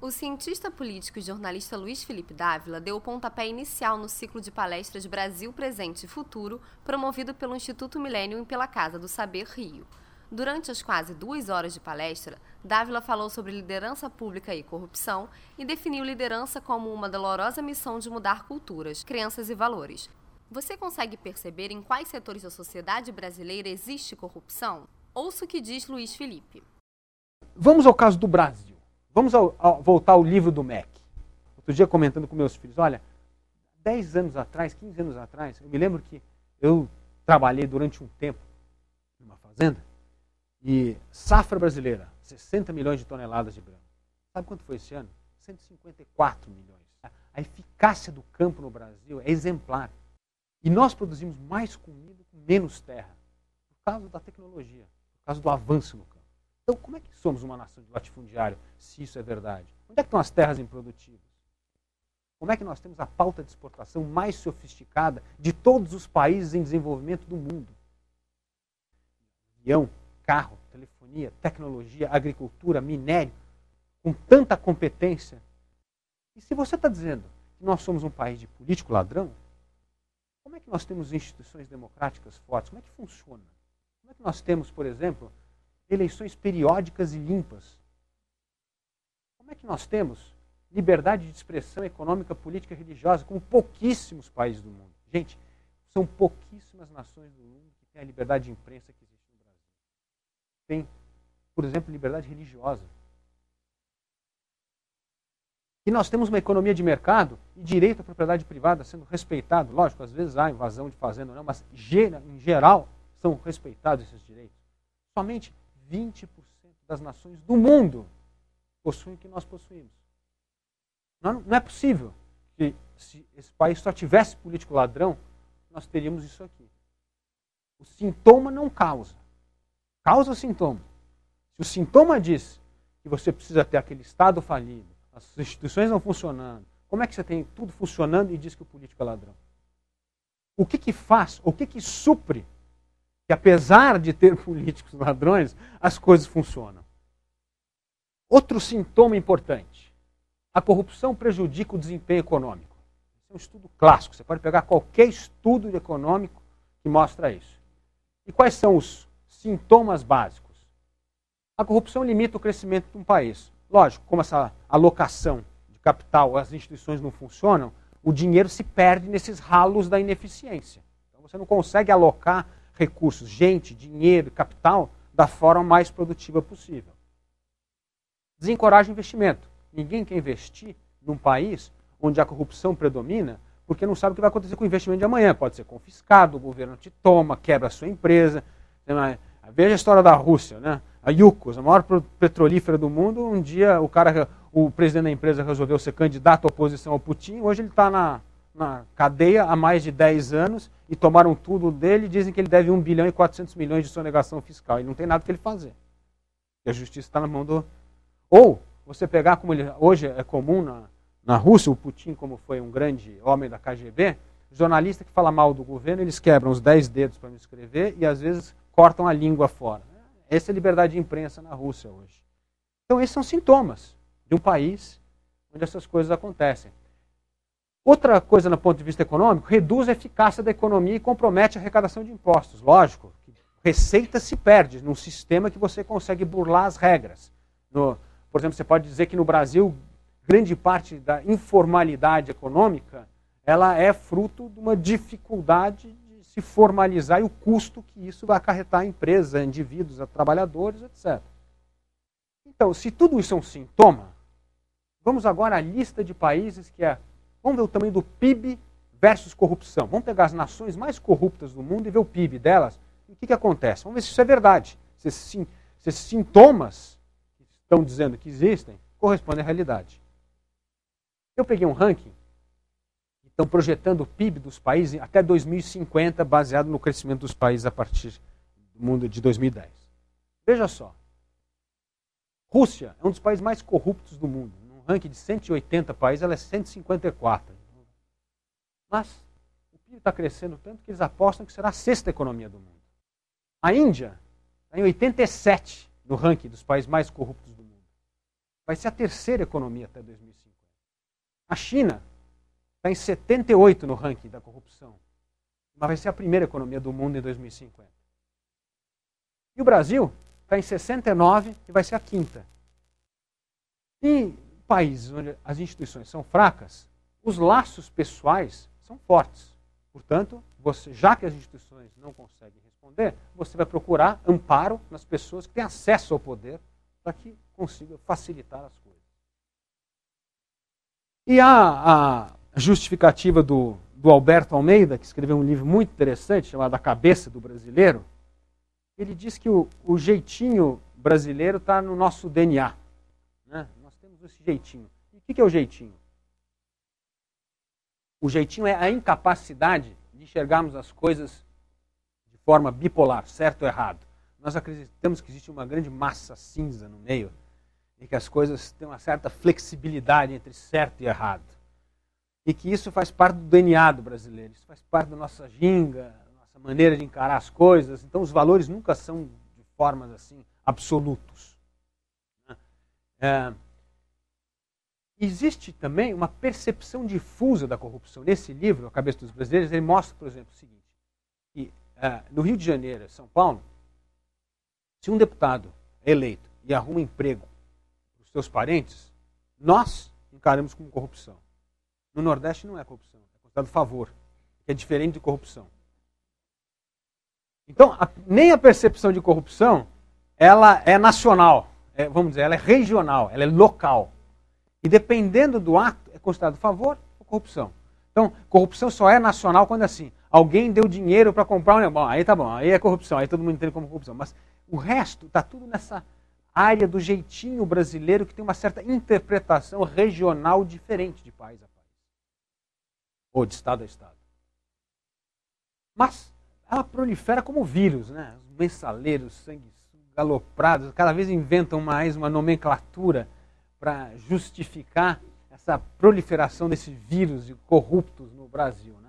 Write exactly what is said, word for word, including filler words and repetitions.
O cientista político e jornalista Luiz Felipe Dávila deu o pontapé inicial no ciclo de palestras Brasil Presente e Futuro, promovido pelo Instituto Millennium e pela Casa do Saber Rio. Durante as quase duas horas de palestra, Dávila falou sobre liderança pública e corrupção e definiu liderança como uma dolorosa missão de mudar culturas, crenças e valores. Você consegue perceber em quais setores da sociedade brasileira existe corrupção? Ouça o que diz Luiz Felipe. Vamos ao caso do Brasil. Vamos ao, ao, voltar ao livro do M E C. Outro dia comentando com meus filhos, olha, dez anos atrás, quinze anos atrás, eu me lembro que eu trabalhei durante um tempo numa fazenda e safra brasileira, sessenta milhões de toneladas de grão. Sabe quanto foi esse ano? cento e cinquenta e quatro milhões. A eficácia do campo no Brasil é exemplar. E nós produzimos mais comida com menos terra, por causa da tecnologia, por causa do avanço no campo. Então, como é que somos uma nação de latifundiário, se isso é verdade? Onde é que estão as terras improdutivas? Como é que nós temos a pauta de exportação mais sofisticada de todos os países em desenvolvimento do mundo? Avião, carro, telefonia, tecnologia, agricultura, minério, com tanta competência. E se você está dizendo que nós somos um país de político ladrão, como é que nós temos instituições democráticas fortes? Como é que funciona? Como é que nós temos, por exemplo, eleições periódicas e limpas? Como é que nós temos liberdade de expressão econômica, política e religiosa, como pouquíssimos países do mundo? Gente, são pouquíssimas nações do mundo que têm a liberdade de imprensa que existe no Brasil. Tem, por exemplo, liberdade religiosa. E nós temos uma economia de mercado e direito à propriedade privada sendo respeitado. Lógico, às vezes há invasão de fazenda, não, mas em geral são respeitados esses direitos. Somente vinte por cento das nações do mundo possuem o que nós possuímos. Não, não é possível que, se esse país só tivesse político ladrão, nós teríamos isso aqui. O sintoma não causa. Causa o sintoma. Se o sintoma diz que você precisa ter aquele Estado falido, as instituições não funcionando, como é que você tem tudo funcionando e diz que o político é ladrão? O que que faz, o que que supre que, apesar de ter políticos ladrões, as coisas funcionam? Outro sintoma importante. A corrupção prejudica o desempenho econômico. Esse é um estudo clássico. Você pode pegar qualquer estudo econômico que mostra isso. E quais são os sintomas básicos? A corrupção limita o crescimento de um país. Lógico, como essa alocação de capital, as instituições não funcionam, o dinheiro se perde nesses ralos da ineficiência. Então você não consegue alocar recursos, gente, dinheiro, capital, da forma mais produtiva possível. Desencoraja o investimento. Ninguém quer investir num país onde a corrupção predomina, porque não sabe o que vai acontecer com o investimento de amanhã. Pode ser confiscado, o governo te toma, quebra a sua empresa. Veja a história da Rússia, né? A Yukos, a maior petrolífera do mundo. Um dia o cara, o presidente da empresa resolveu ser candidato à oposição ao Putin. Hoje ele está na, na cadeia há mais de dez anos e tomaram tudo dele e dizem que ele deve um bilhão e quatrocentos milhões de sonegação fiscal. E não tem nada que ele fazer. E a justiça está na mão do... Ou você pegar, como ele, hoje é comum na, na Rússia, o Putin, como foi um grande homem da K G B, jornalista que fala mal do governo, eles quebram os dez dedos para não escrever e às vezes cortam a língua fora. Essa é a liberdade de imprensa na Rússia hoje. Então esses são sintomas de um país onde essas coisas acontecem. Outra coisa, do ponto de vista econômico, reduz a eficácia da economia e compromete a arrecadação de impostos. Lógico, receita se perde num sistema que você consegue burlar as regras. No, por exemplo, você pode dizer que no Brasil, grande parte da informalidade econômica ela é fruto de uma dificuldade de se formalizar e o custo que isso vai acarretar a empresa, a indivíduos, a trabalhadores, etcétera. Então, se tudo isso é um sintoma, vamos agora à lista de países que é... Vamos ver o tamanho do P I B versus corrupção. Vamos pegar as nações mais corruptas do mundo e ver o P I B delas. E o que, que acontece? Vamos ver se isso é verdade. Se esses, se esses sintomas que estão dizendo que existem correspondem à realidade. Eu peguei um ranking, estão projetando o P I B dos países até dois mil e cinquenta, baseado no crescimento dos países a partir do mundo de dois mil e dez. Veja só. Rússia é um dos países mais corruptos do mundo. Num ranking de cento e oitenta países, ela é cento e cinquenta e quatro. Mas o P I B está crescendo tanto que eles apostam que será a sexta economia do mundo. A Índia está em oitenta e sete no ranking dos países mais corruptos do mundo. vai ser a terceira economia até dois mil e cinquenta. A China está em setenta e oito no ranking da corrupção, mas vai ser a primeira economia do mundo em dois mil e cinquenta. E o Brasil está em sessenta e nove e vai ser a quinta. Em países onde as instituições são fracas, os laços pessoais são fortes. Portanto, você, já que as instituições não conseguem responder, você vai procurar amparo nas pessoas que têm acesso ao poder para que consiga facilitar as coisas. E a, a justificativa do, do Alberto Almeida, que escreveu um livro muito interessante chamado A Cabeça do Brasileiro, ele diz que o, o jeitinho brasileiro está no nosso D N A. Né? Nós temos esse jeitinho. E o que é o jeitinho? O jeitinho é a incapacidade de enxergarmos as coisas de forma bipolar, certo ou errado. Nós acreditamos que existe uma grande massa cinza no meio e que as coisas têm uma certa flexibilidade entre certo e errado. E que isso faz parte do D N A do brasileiro, isso faz parte da nossa ginga, da nossa maneira de encarar as coisas. Então os valores nunca são de formas assim absolutos. É, existe também uma percepção difusa da corrupção. Nesse livro, A Cabeça dos Brasileiros, ele mostra, por exemplo, o seguinte, que é, no Rio de Janeiro, São Paulo, se um deputado é eleito e arruma emprego para os seus parentes, nós encaramos como corrupção. No Nordeste não é corrupção, é considerado favor, que é diferente de corrupção. Então, a, nem a percepção de corrupção, ela é nacional, é, vamos dizer, ela é regional, ela é local. E dependendo do ato, é considerado favor ou corrupção. Então, corrupção só é nacional quando assim, alguém deu dinheiro para comprar um negócio. Bom, aí tá bom, aí é corrupção, aí todo mundo entende como corrupção. Mas o resto está tudo nessa área do jeitinho brasileiro que tem uma certa interpretação regional diferente de país a país. Ou de estado a estado. Mas ela prolifera como vírus, né? Os mensaleiros, sanguessugas, galoprados, cada vez inventam mais uma nomenclatura para justificar essa proliferação desse vírus de corruptos no Brasil, né?